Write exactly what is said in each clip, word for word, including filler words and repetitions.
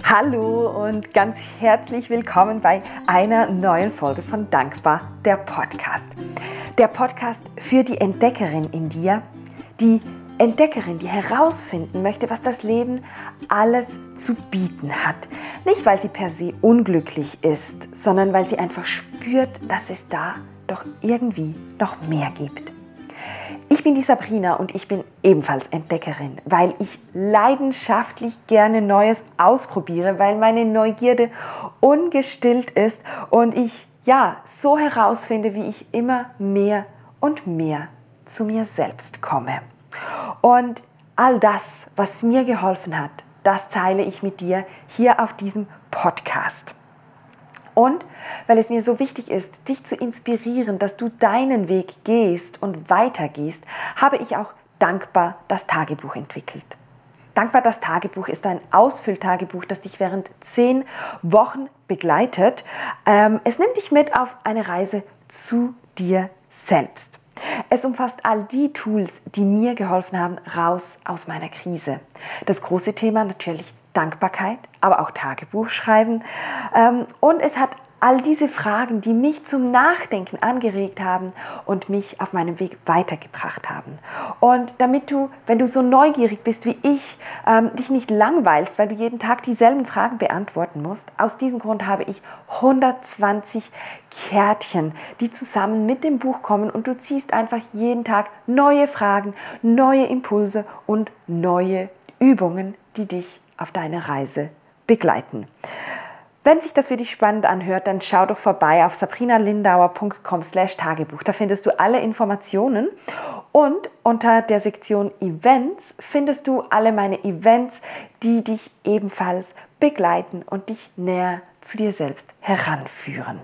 Hallo und ganz herzlich willkommen bei einer neuen Folge von Dankbar, der Podcast. Der Podcast für die Entdeckerin in dir, die Entdeckerin, die herausfinden möchte, was das Leben alles zu bieten hat. Nicht, weil sie per se unglücklich ist, sondern weil sie einfach spürt, dass es da doch irgendwie noch mehr gibt. Ich bin die Sabrina und ich bin ebenfalls Entdeckerin, weil ich leidenschaftlich gerne Neues ausprobiere, weil meine Neugierde ungestillt ist und ich ja so herausfinde, wie ich immer mehr und mehr zu mir selbst komme. Und all das, was mir geholfen hat, das teile ich mit dir hier auf diesem Podcast. Und weil es mir so wichtig ist, dich zu inspirieren, dass du deinen Weg gehst und weitergehst, habe ich auch Dankbar das Tagebuch entwickelt. Dankbar das Tagebuch ist ein Ausfülltagebuch, das dich während zehn Wochen begleitet. Ähm, es nimmt dich mit auf eine Reise zu dir selbst. Es umfasst all die Tools, die mir geholfen haben, raus aus meiner Krise. Das große Thema natürlich Dankbarkeit, aber auch Tagebuch schreiben. Und es hat all diese Fragen, die mich zum Nachdenken angeregt haben und mich auf meinem Weg weitergebracht haben. Und damit du, wenn du so neugierig bist wie ich, dich nicht langweilst, weil du jeden Tag dieselben Fragen beantworten musst, aus diesem Grund habe ich hundertzwanzig Kärtchen, die zusammen mit dem Buch kommen und du ziehst einfach jeden Tag neue Fragen, neue Impulse und neue Übungen, die dich auf deine Reise begleiten. Wenn sich das für dich spannend anhört, dann schau doch vorbei auf sabrinalindauer punkt com slash Tagebuch. Da findest du alle Informationen und unter der Sektion Events findest du alle meine Events, die dich ebenfalls begleiten und dich näher zu dir selbst heranführen.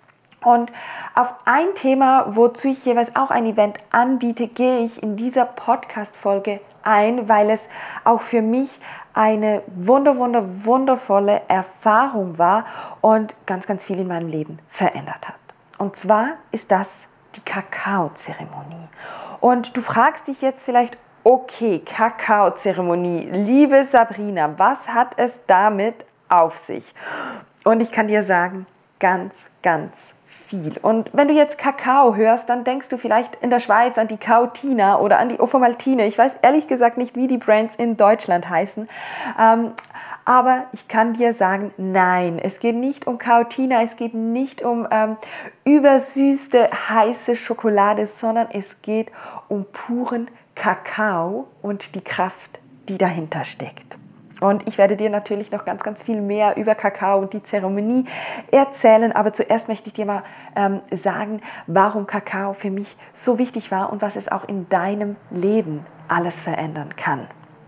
Und auf ein Thema, wozu ich jeweils auch ein Event anbiete, gehe ich in dieser Podcast-Folge ein, weil es auch für mich eine wunder, wunder, wundervolle Erfahrung war und ganz, ganz viel in meinem Leben verändert hat. Und zwar ist das die Kakaozeremonie. Und du fragst dich jetzt vielleicht, okay, Kakaozeremonie, liebe Sabrina, was hat es damit auf sich? Und ich kann dir sagen, ganz, ganz viel. Und wenn du jetzt Kakao hörst, dann denkst du vielleicht in der Schweiz an die Kautina oder an die Ovomaltine. Ich weiß ehrlich gesagt nicht, wie die Brands in Deutschland heißen. Ähm, aber ich kann dir sagen, nein, es geht nicht um Kautina, es geht nicht um ähm, übersüßte, heiße Schokolade, sondern es geht um puren Kakao und die Kraft, die dahinter steckt. Und ich werde dir natürlich noch ganz, ganz viel mehr über Kakao und die Zeremonie erzählen. Aber zuerst möchte ich dir mal ähm, sagen, warum Kakao für mich so wichtig war und was es auch in deinem Leben alles verändern kann.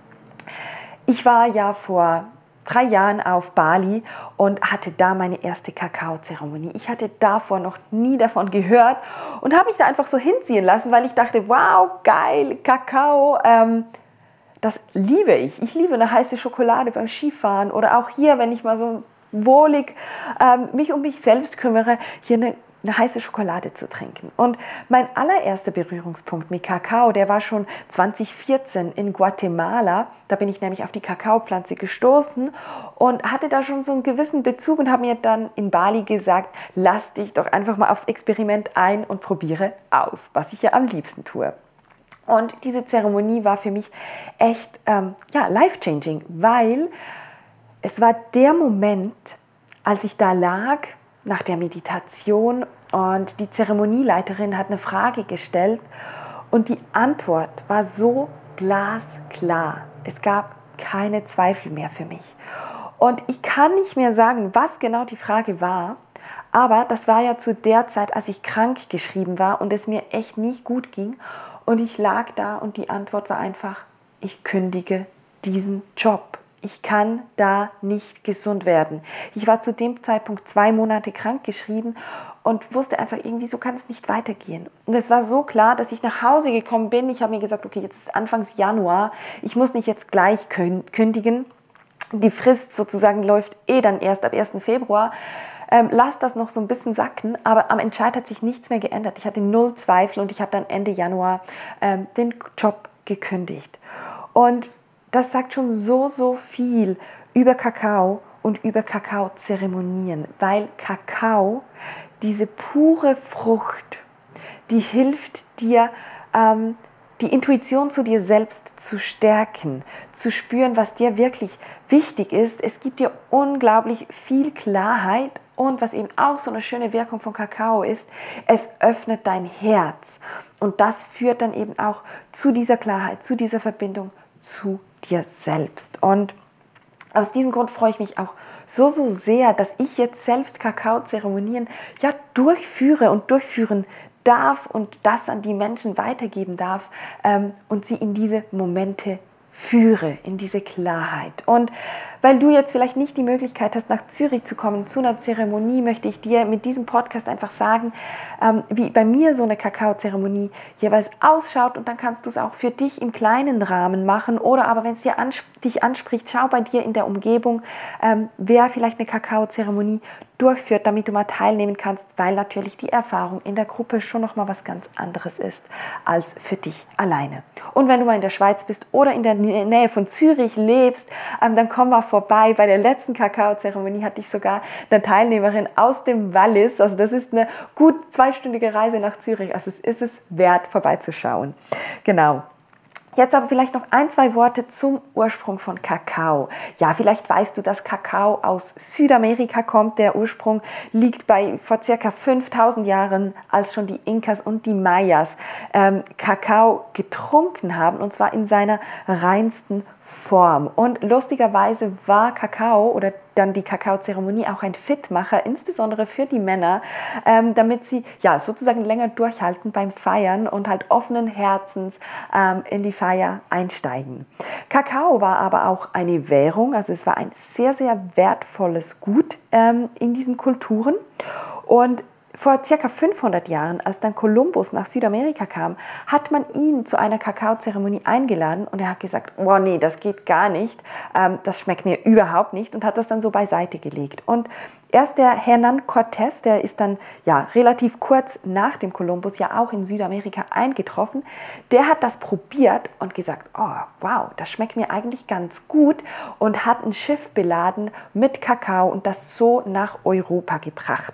Ich war ja vor drei Jahren auf Bali und hatte da meine erste Kakaozeremonie. Ich hatte davor noch nie davon gehört und habe mich da einfach so hinziehen lassen, weil ich dachte, wow, geil, Kakao, ähm, das liebe ich. Ich liebe eine heiße Schokolade beim Skifahren oder auch hier, wenn ich mal so wohlig ähm, mich um mich selbst kümmere, hier eine, eine heiße Schokolade zu trinken. Und mein allererster Berührungspunkt mit Kakao, der war schon zwanzig vierzehn in Guatemala. Da bin ich nämlich auf die Kakaopflanze gestoßen und hatte da schon so einen gewissen Bezug und habe mir dann in Bali gesagt, lass dich doch einfach mal aufs Experiment ein und probiere aus, was ich ja am liebsten tue. Und diese Zeremonie war für mich echt ähm, ja, life-changing, weil es war der Moment, als ich da lag nach der Meditation und die Zeremonieleiterin hat eine Frage gestellt und die Antwort war so glasklar. Es gab keine Zweifel mehr für mich. Und ich kann nicht mehr sagen, was genau die Frage war, aber das war ja zu der Zeit, als ich krank geschrieben war und es mir echt nicht gut ging. Und ich lag da und die Antwort war einfach, ich kündige diesen Job. Ich kann da nicht gesund werden. Ich war zu dem Zeitpunkt zwei Monate krank geschrieben und wusste einfach irgendwie, so kann es nicht weitergehen. Und es war so klar, dass ich nach Hause gekommen bin. Ich habe mir gesagt, okay, jetzt ist Anfang Januar, ich muss nicht jetzt gleich kündigen. Die Frist sozusagen läuft eh dann erst ab ersten Februar. Ähm, lass das noch so ein bisschen sacken, aber am Entscheid hat sich nichts mehr geändert. Ich hatte null Zweifel und ich habe dann Ende Januar ähm, den Job gekündigt. Und das sagt schon so, so viel über Kakao und über Kakaozeremonien, weil Kakao, diese pure Frucht, die hilft dir, ähm, die Intuition zu dir selbst zu stärken, zu spüren, was dir wirklich wichtig ist. Es gibt dir unglaublich viel Klarheit und was eben auch so eine schöne Wirkung von Kakao ist, es öffnet dein Herz und das führt dann eben auch zu dieser Klarheit, zu dieser Verbindung zu dir selbst. Und aus diesem Grund freue ich mich auch so, so sehr, dass ich jetzt selbst Kakaozeremonien ja durchführe und durchführen darf und das an die Menschen weitergeben darf ähm, und sie in diese Momente führe, in diese Klarheit. Und weil du jetzt vielleicht nicht die Möglichkeit hast, nach Zürich zu kommen zu einer Zeremonie, möchte ich dir mit diesem Podcast einfach sagen, ähm, wie bei mir so eine Kakaozeremonie jeweils ausschaut und dann kannst du es auch für dich im kleinen Rahmen machen oder aber wenn es dir ans- dich anspricht, schau bei dir in der Umgebung, ähm, wer vielleicht eine Kakaozeremonie durchführt, damit du mal teilnehmen kannst, weil natürlich die Erfahrung in der Gruppe schon nochmal was ganz anderes ist als für dich alleine. Und wenn du mal in der Schweiz bist oder in der Nähe von Zürich lebst, ähm, dann komm mal vorbei. Bei der letzten Kakaozeremonie hatte ich sogar eine Teilnehmerin aus dem Wallis, also das ist eine gut zweistündige Reise nach Zürich, also es ist es wert, vorbeizuschauen. Genau. Jetzt aber vielleicht noch ein, zwei Worte zum Ursprung von Kakao. Ja, vielleicht weißt du, dass Kakao aus Südamerika kommt. Der Ursprung liegt bei vor circa fünftausend Jahren, als schon die Inkas und die Mayas ähm, Kakao getrunken haben, und zwar in seiner reinsten Form. Und lustigerweise war Kakao oder dann die Kakaozeremonie auch ein Fitmacher, insbesondere für die Männer, ähm, damit sie ja sozusagen länger durchhalten beim Feiern und halt offenen Herzens ähm, in die Feier einsteigen. Kakao war aber auch eine Währung, also es war ein sehr, sehr wertvolles Gut ähm, in diesen Kulturen. Und vor circa fünfhundert Jahren, als dann Kolumbus nach Südamerika kam, hat man ihn zu einer Kakaozeremonie eingeladen und er hat gesagt, oh nee, das geht gar nicht, ähm, das schmeckt mir überhaupt nicht und hat das dann so beiseite gelegt. Und erst der Hernán Cortés, der ist dann ja relativ kurz nach dem Kolumbus ja auch in Südamerika eingetroffen, der hat das probiert und gesagt, oh wow, das schmeckt mir eigentlich ganz gut und hat ein Schiff beladen mit Kakao und das so nach Europa gebracht.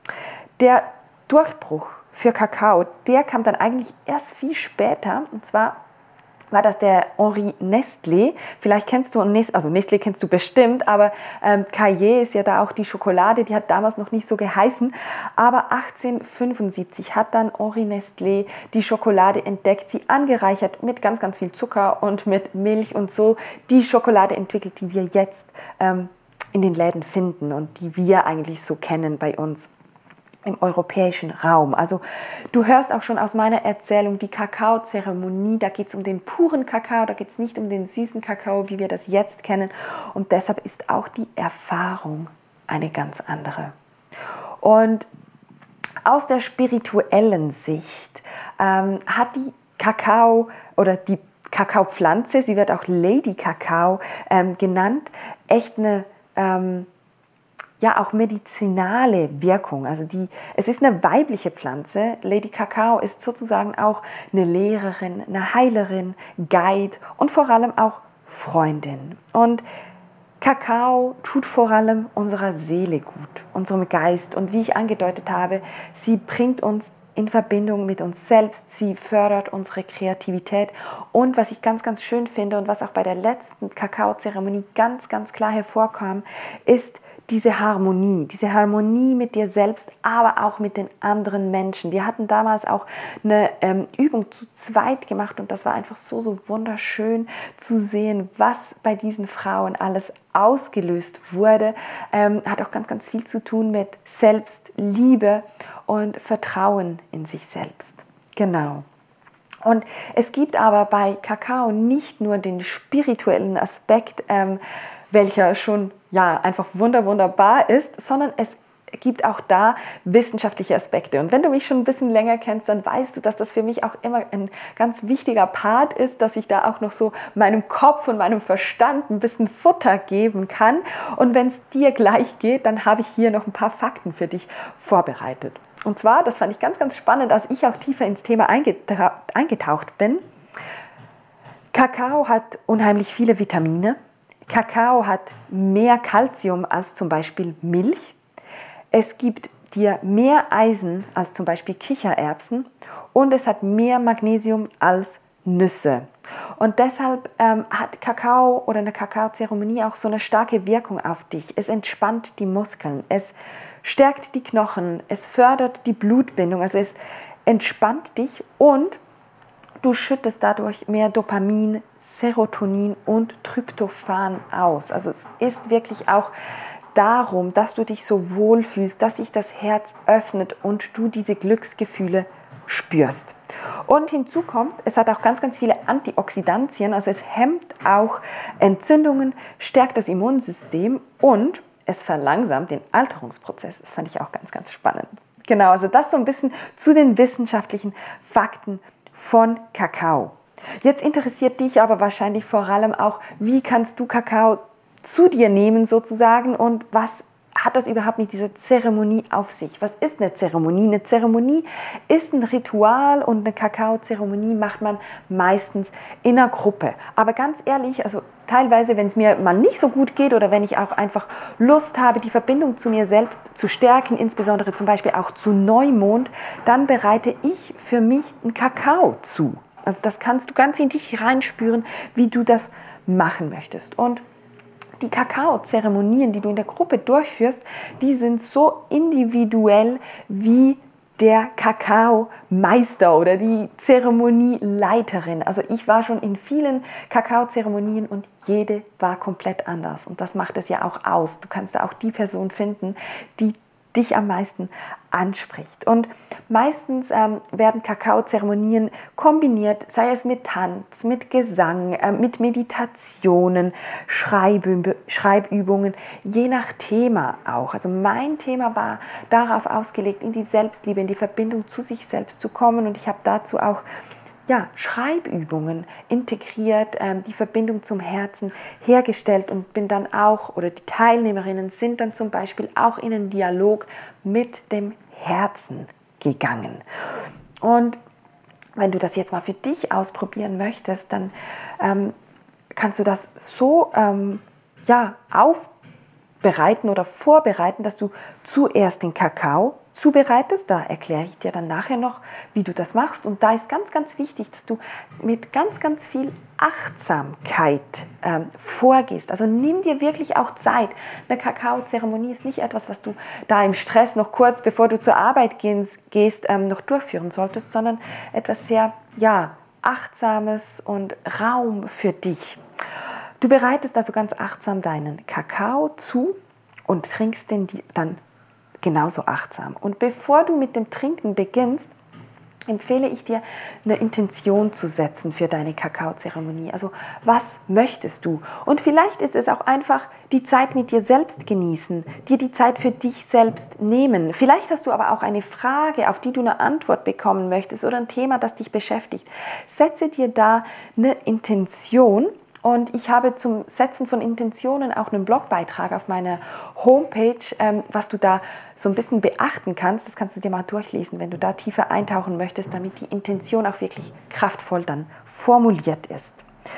Der Durchbruch für Kakao, der kam dann eigentlich erst viel später, und zwar war das der Henri Nestlé. Vielleicht kennst du, also Nestlé kennst du bestimmt, aber ähm, Caillé ist ja da auch die Schokolade, die hat damals noch nicht so geheißen. Aber achtzehnhundertfünfundsiebzig hat dann Henri Nestlé die Schokolade entdeckt, sie angereichert mit ganz, ganz viel Zucker und mit Milch und so die Schokolade entwickelt, die wir jetzt ähm, in den Läden finden und die wir eigentlich so kennen bei uns im europäischen Raum. Also du hörst auch schon aus meiner Erzählung die Kakaozeremonie, da geht es um den puren Kakao, da geht es nicht um den süßen Kakao, wie wir das jetzt kennen und deshalb ist auch die Erfahrung eine ganz andere. Und aus der spirituellen Sicht ähm, hat die Kakao oder die Kakaopflanze, sie wird auch Lady Kakao ähm, genannt, echt eine ähm, ja auch medizinale Wirkung. Also die, es ist eine weibliche Pflanze. Lady Kakao ist sozusagen auch eine Lehrerin, eine Heilerin, Guide und vor allem auch Freundin. Und Kakao tut vor allem unserer Seele gut, unserem Geist. Und wie ich angedeutet habe, sie bringt uns in Verbindung mit uns selbst, sie fördert unsere Kreativität. Und was ich ganz, ganz schön finde und was auch bei der letzten Kakaozeremonie ganz, ganz klar hervorkam, ist diese Harmonie, diese Harmonie mit dir selbst, aber auch mit den anderen Menschen. Wir hatten damals auch eine ähm, Übung zu zweit gemacht und das war einfach so, so wunderschön zu sehen, was bei diesen Frauen alles ausgelöst wurde. Ähm, hat auch ganz, ganz viel zu tun mit Selbstliebe und Vertrauen in sich selbst. Genau. Und es gibt aber bei Kakao nicht nur den spirituellen Aspekt, ähm, welcher schon ja einfach wunder, wunderbar ist, sondern es gibt auch da wissenschaftliche Aspekte. Und wenn du mich schon ein bisschen länger kennst, dann weißt du, dass das für mich auch immer ein ganz wichtiger Part ist, dass ich da auch noch so meinem Kopf und meinem Verstand ein bisschen Futter geben kann. Und wenn es dir gleich geht, dann habe ich hier noch ein paar Fakten für dich vorbereitet. Und zwar, das fand ich ganz, ganz spannend, als ich auch tiefer ins Thema eingetaucht bin. Kakao hat unheimlich viele Vitamine. Kakao hat mehr Kalzium als zum Beispiel Milch. Es gibt dir mehr Eisen als zum Beispiel Kichererbsen und es hat mehr Magnesium als Nüsse. Und deshalb ähm, hat Kakao oder eine Kakaozeremonie auch so eine starke Wirkung auf dich. Es entspannt die Muskeln, es stärkt die Knochen, es fördert die Blutbildung, also es entspannt dich und du schüttest dadurch mehr Dopamin, Serotonin und Tryptophan aus. Also es ist wirklich auch darum, dass du dich so wohl fühlst, dass sich das Herz öffnet und du diese Glücksgefühle spürst. Und hinzu kommt, es hat auch ganz, ganz viele Antioxidantien, also es hemmt auch Entzündungen, stärkt das Immunsystem und es verlangsamt den Alterungsprozess. Das fand ich auch ganz, ganz spannend. Genau, also das so ein bisschen zu den wissenschaftlichen Fakten von Kakao. Jetzt interessiert dich aber wahrscheinlich vor allem auch, wie kannst du Kakao zu dir nehmen sozusagen und was hat das überhaupt mit dieser Zeremonie auf sich? Was ist eine Zeremonie? Eine Zeremonie ist ein Ritual und eine Kakaozeremonie macht man meistens in einer Gruppe. Aber ganz ehrlich, also teilweise, wenn es mir mal nicht so gut geht oder wenn ich auch einfach Lust habe, die Verbindung zu mir selbst zu stärken, insbesondere zum Beispiel auch zu Neumond, dann bereite ich für mich einen Kakao zu. Also das kannst du ganz in dich reinspüren, wie du das machen möchtest. Und die Kakaozeremonien, die du in der Gruppe durchführst, die sind so individuell wie der Kakaomeister oder die Zeremonieleiterin. Also ich war schon in vielen Kakaozeremonien und jede war komplett anders. Und das macht es ja auch aus. Du kannst da auch die Person finden, die dich am meisten anspricht. Und meistens ähm, werden Kakaozeremonien kombiniert, sei es mit Tanz, mit Gesang, äh, mit Meditationen, Schreibüb- Schreibübungen, je nach Thema auch. Also mein Thema war darauf ausgelegt, in die Selbstliebe, in die Verbindung zu sich selbst zu kommen und ich habe dazu auch ja, Schreibübungen integriert, ähm, die Verbindung zum Herzen hergestellt und bin dann auch, oder die Teilnehmerinnen sind dann zum Beispiel auch in einen Dialog mit dem Herzen gegangen. Und wenn du das jetzt mal für dich ausprobieren möchtest, dann ähm, kannst du das so ähm, ja, aufbereiten oder vorbereiten, dass du zuerst den Kakao zubereitest. Da erkläre ich dir dann nachher noch, wie du das machst. Und da ist ganz, ganz wichtig, dass du mit ganz, ganz viel Achtsamkeit ähm, vorgehst. Also nimm dir wirklich auch Zeit. Eine Kakaozeremonie ist nicht etwas, was du da im Stress noch kurz, bevor du zur Arbeit gehst, ähm, noch durchführen solltest, sondern etwas sehr, ja, Achtsames und Raum für dich. Du bereitest also ganz achtsam deinen Kakao zu und trinkst den dann genauso achtsam. Und bevor du mit dem Trinken beginnst, empfehle ich dir, eine Intention zu setzen für deine Kakaozeremonie. Also was möchtest du? Und vielleicht ist es auch einfach die Zeit mit dir selbst genießen, dir die Zeit für dich selbst nehmen. Vielleicht hast du aber auch eine Frage, auf die du eine Antwort bekommen möchtest oder ein Thema, das dich beschäftigt. Setze dir da eine Intention. Und ich habe zum Setzen von Intentionen auch einen Blogbeitrag auf meiner Homepage, ähm, was du da so ein bisschen beachten kannst. Das kannst du dir mal durchlesen, wenn du da tiefer eintauchen möchtest, damit die Intention auch wirklich kraftvoll dann formuliert ist.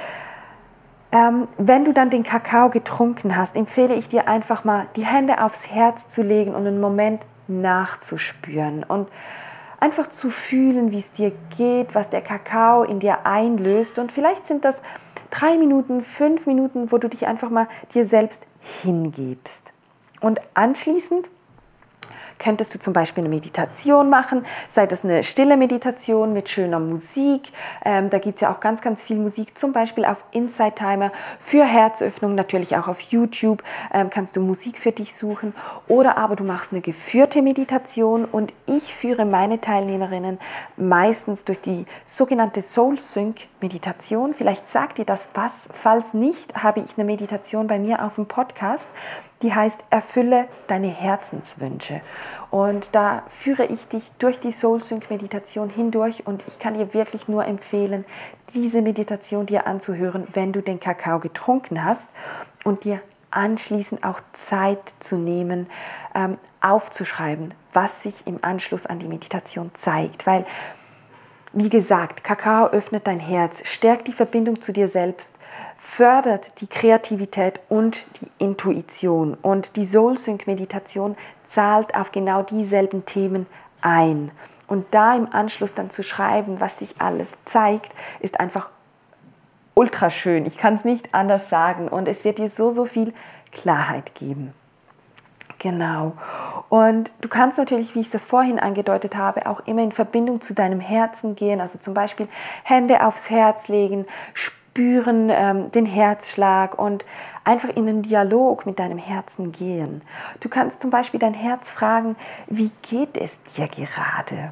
Ähm, wenn du dann den Kakao getrunken hast, empfehle ich dir einfach mal, die Hände aufs Herz zu legen und einen Moment nachzuspüren und einfach zu fühlen, wie es dir geht, was der Kakao in dir einlöst. Und vielleicht sind das drei Minuten, fünf Minuten, wo du dich einfach mal dir selbst hingibst. Und anschließend könntest du zum Beispiel eine Meditation machen, sei das eine stille Meditation mit schöner Musik. Ähm, da gibt es ja auch ganz, ganz viel Musik, zum Beispiel auf Insight Timer für Herzöffnung, natürlich auch auf YouTube ähm, kannst du Musik für dich suchen. Oder aber du machst eine geführte Meditation und ich führe meine Teilnehmerinnen meistens durch die sogenannte Soul Sync Meditation. Vielleicht sagt dir das was, falls nicht, habe ich eine Meditation bei mir auf dem Podcast. Die heißt, erfülle deine Herzenswünsche. Und da führe ich dich durch die Soul Sync Meditation hindurch und ich kann dir wirklich nur empfehlen, diese Meditation dir anzuhören, wenn du den Kakao getrunken hast und dir anschließend auch Zeit zu nehmen, ähm, aufzuschreiben, was sich im Anschluss an die Meditation zeigt. Weil, wie gesagt, Kakao öffnet dein Herz, stärkt die Verbindung zu dir selbst, fördert die Kreativität und die Intuition. Und die Soul-Sync-Meditation zahlt auf genau dieselben Themen ein. Und da im Anschluss dann zu schreiben, was sich alles zeigt, ist einfach ultra schön. Ich kann es nicht anders sagen. Und es wird dir so, so viel Klarheit geben. Genau. Und du kannst natürlich, wie ich das vorhin angedeutet habe, auch immer in Verbindung zu deinem Herzen gehen. Also zum Beispiel Hände aufs Herz legen, spüren ähm, den Herzschlag und einfach in den Dialog mit deinem Herzen gehen. Du kannst zum Beispiel dein Herz fragen, wie geht es dir gerade?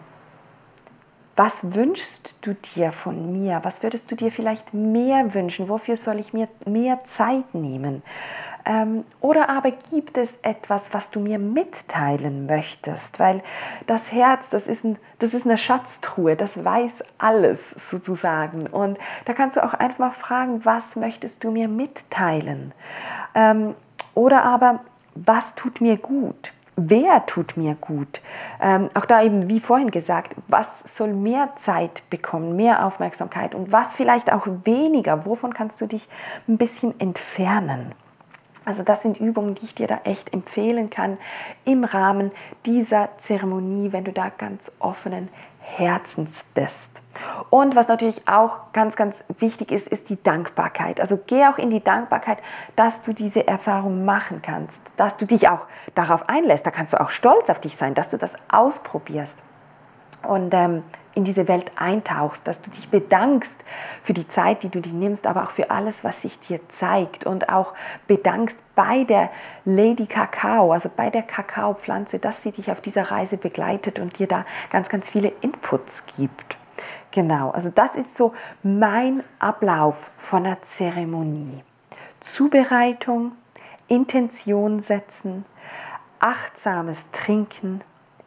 Was wünschst du dir von mir? Was würdest du dir vielleicht mehr wünschen? Wofür soll ich mir mehr Zeit nehmen? Ähm, oder aber gibt es etwas, was du mir mitteilen möchtest? Weil das Herz, das ist, ein, das ist eine Schatztruhe, das weiß alles sozusagen. Und da kannst du auch einfach mal fragen, was möchtest du mir mitteilen? Ähm, oder aber, was tut mir gut? Wer tut mir gut? Ähm, auch da eben, wie vorhin gesagt, was soll mehr Zeit bekommen, mehr Aufmerksamkeit und was vielleicht auch weniger? Wovon kannst du dich ein bisschen entfernen? Also das sind Übungen, die ich dir da echt empfehlen kann im Rahmen dieser Zeremonie, wenn du da ganz offenen Herzens bist. Und was natürlich auch ganz, ganz wichtig ist, ist die Dankbarkeit. Also geh auch in die Dankbarkeit, dass du diese Erfahrung machen kannst, dass du dich auch darauf einlässt. Da kannst du auch stolz auf dich sein, dass du das ausprobierst und ähm, in diese Welt eintauchst, dass du dich bedankst für die Zeit, die du dir nimmst, aber auch für alles, was sich dir zeigt und auch bedankst bei der Lady Kakao, also bei der Kakaopflanze, dass sie dich auf dieser Reise begleitet und dir da ganz, ganz viele Inputs gibt. Genau, also das ist so mein Ablauf von einer Zeremonie. Zubereitung, Intention setzen, achtsames Trinken,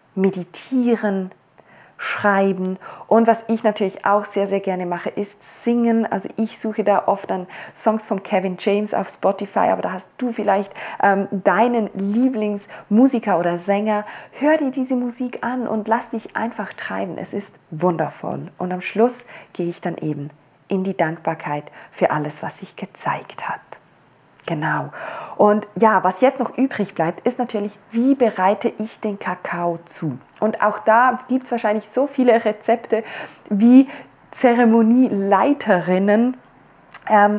meditieren, schreiben und was ich natürlich auch sehr, sehr gerne mache, ist singen. Also ich suche da oft dann Songs von Kevin James auf Spotify, aber da hast du vielleicht ähm, deinen Lieblingsmusiker oder Sänger. Hör dir diese Musik an und lass dich einfach treiben. Es ist wundervoll. Und am Schluss gehe ich dann eben in die Dankbarkeit für alles, was sich gezeigt hat. Genau. Und ja, was jetzt noch übrig bleibt, ist natürlich, wie bereite ich den Kakao zu? Und auch da gibt es wahrscheinlich so viele Rezepte wie Zeremonieleiterinnen. Ähm,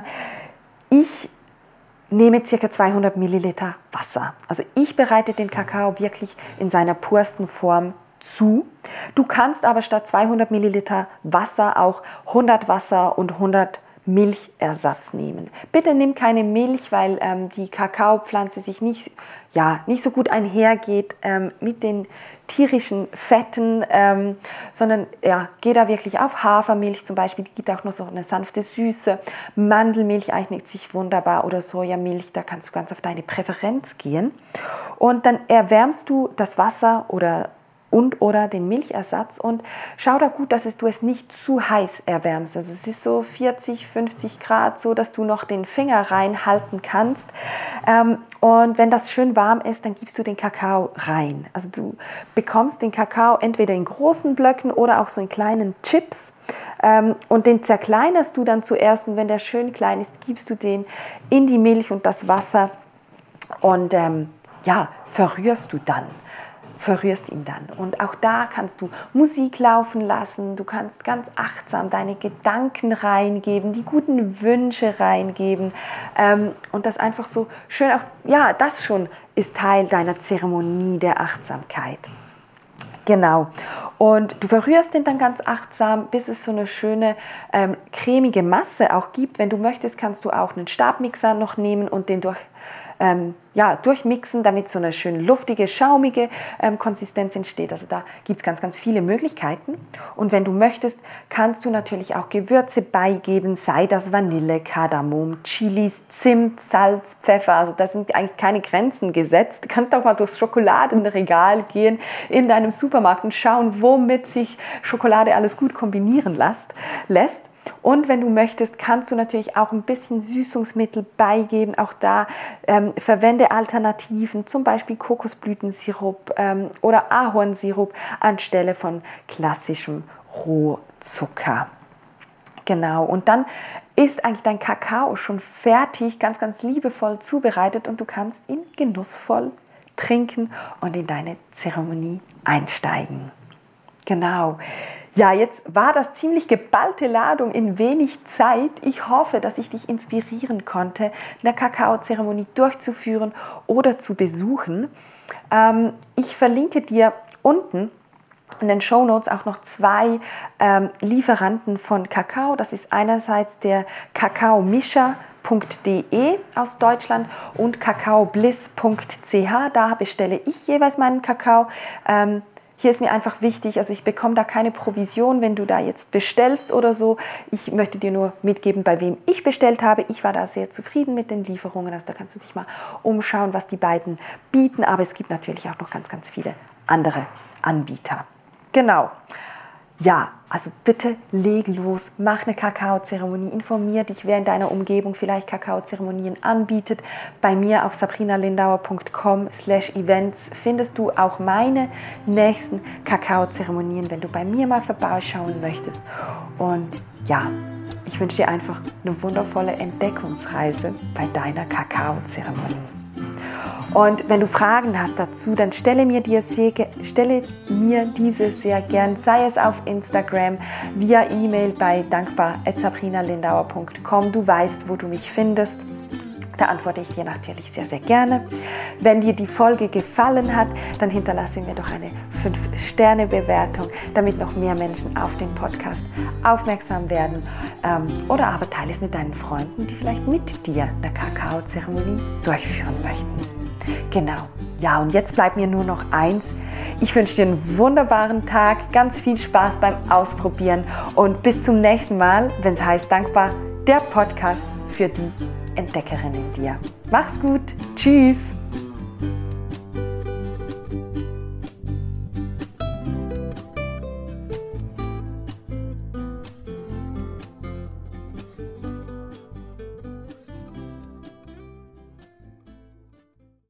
ich nehme ca. zweihundert Milliliter Wasser. Also ich bereite den Kakao wirklich in seiner pursten Form zu. Du kannst aber statt zweihundert Milliliter Wasser auch hundert Wasser und hundert Milchersatz nehmen. Bitte nimm keine Milch, weil ähm, die Kakaopflanze sich nicht, ja, nicht so gut einhergeht ähm, mit den tierischen Fetten, ähm, sondern ja, geh da wirklich auf Hafermilch zum Beispiel, die gibt auch noch so eine sanfte Süße. Mandelmilch eignet sich wunderbar oder Sojamilch, da kannst du ganz auf deine Präferenz gehen. Und dann erwärmst du das Wasser oder und oder den Milchersatz und schau da gut, dass du es nicht zu heiß erwärmst. Also es ist so vierzig, fünfzig Grad, so dass du noch den Finger reinhalten kannst. Und wenn das schön warm ist, dann gibst du den Kakao rein. Also du bekommst den Kakao entweder in großen Blöcken oder auch so in kleinen Chips. Und den zerkleinerst du dann zuerst und wenn der schön klein ist, gibst du den in die Milch und das Wasser und ähm, ja, verrührst du dann. verrührst ihn dann. Und auch da kannst du Musik laufen lassen, du kannst ganz achtsam deine Gedanken reingeben, die guten Wünsche reingeben ähm, und das einfach so schön auch, ja, das schon ist Teil deiner Zeremonie der Achtsamkeit. Genau. Und du verrührst den dann ganz achtsam, bis es so eine schöne ähm, cremige Masse auch gibt. Wenn du möchtest, kannst du auch einen Stabmixer noch nehmen und den durch Ähm, ja, durchmixen, damit so eine schön luftige, schaumige ähm, Konsistenz entsteht. Also da gibt es ganz, ganz viele Möglichkeiten. Und wenn du möchtest, kannst du natürlich auch Gewürze beigeben, sei das Vanille, Kardamom, Chilis, Zimt, Salz, Pfeffer. Also da sind eigentlich keine Grenzen gesetzt. Du kannst auch mal durchs Schokoladenregal gehen in deinem Supermarkt und schauen, womit sich Schokolade alles gut kombinieren lässt. lässt. Und wenn du möchtest, kannst du natürlich auch ein bisschen Süßungsmittel beigeben. Auch da ähm, verwende Alternativen, zum Beispiel Kokosblütensirup ähm, oder Ahornsirup anstelle von klassischem Rohzucker. Genau, und dann ist eigentlich dein Kakao schon fertig, ganz, ganz liebevoll zubereitet und du kannst ihn genussvoll trinken und in deine Zeremonie einsteigen. Genau. Ja, jetzt war das ziemlich geballte Ladung in wenig Zeit. Ich hoffe, dass ich dich inspirieren konnte, eine Kakaozeremonie durchzuführen oder zu besuchen. Ähm, ich verlinke dir unten in den Shownotes auch noch zwei ähm, Lieferanten von Kakao. Das ist einerseits der kakaomischer punkt de aus Deutschland und kakaobliss punkt c h. Da bestelle ich jeweils meinen Kakao. Ähm, Hier ist mir einfach wichtig, also ich bekomme da keine Provision, wenn du da jetzt bestellst oder so. Ich möchte dir nur mitgeben, bei wem ich bestellt habe. Ich war da sehr zufrieden mit den Lieferungen, also da kannst du dich mal umschauen, was die beiden bieten. Aber es gibt natürlich auch noch ganz, ganz viele andere Anbieter. Genau. Ja, also bitte leg los, mach eine Kakaozeremonie, informier dich, wer in deiner Umgebung vielleicht Kakaozeremonien anbietet. Bei mir auf sabrinalindauer punkt com slash events findest du auch meine nächsten Kakaozeremonien, wenn du bei mir mal vorbeischauen möchtest. Und ja, ich wünsche dir einfach eine wundervolle Entdeckungsreise bei deiner Kakaozeremonie. Und wenn du Fragen hast dazu, dann stelle mir, dir sehr, stelle mir diese sehr gern, sei es auf Instagram, via E-Mail bei dankbar at sabrinalindauer punkt com. Du weißt, wo du mich findest. Da antworte ich dir natürlich sehr, sehr gerne. Wenn dir die Folge gefallen hat, dann hinterlasse mir doch eine fünf Sterne Bewertung, damit noch mehr Menschen auf den Podcast aufmerksam werden. Ähm, oder aber teile es mit deinen Freunden, die vielleicht mit dir eine Kakaozeremonie durchführen möchten. Genau. Ja, und jetzt bleibt mir nur noch eins. Ich wünsche dir einen wunderbaren Tag, ganz viel Spaß beim Ausprobieren und bis zum nächsten Mal, wenn es heißt Dankbar, der Podcast für die Entdeckerin in dir. Mach's gut. Tschüss.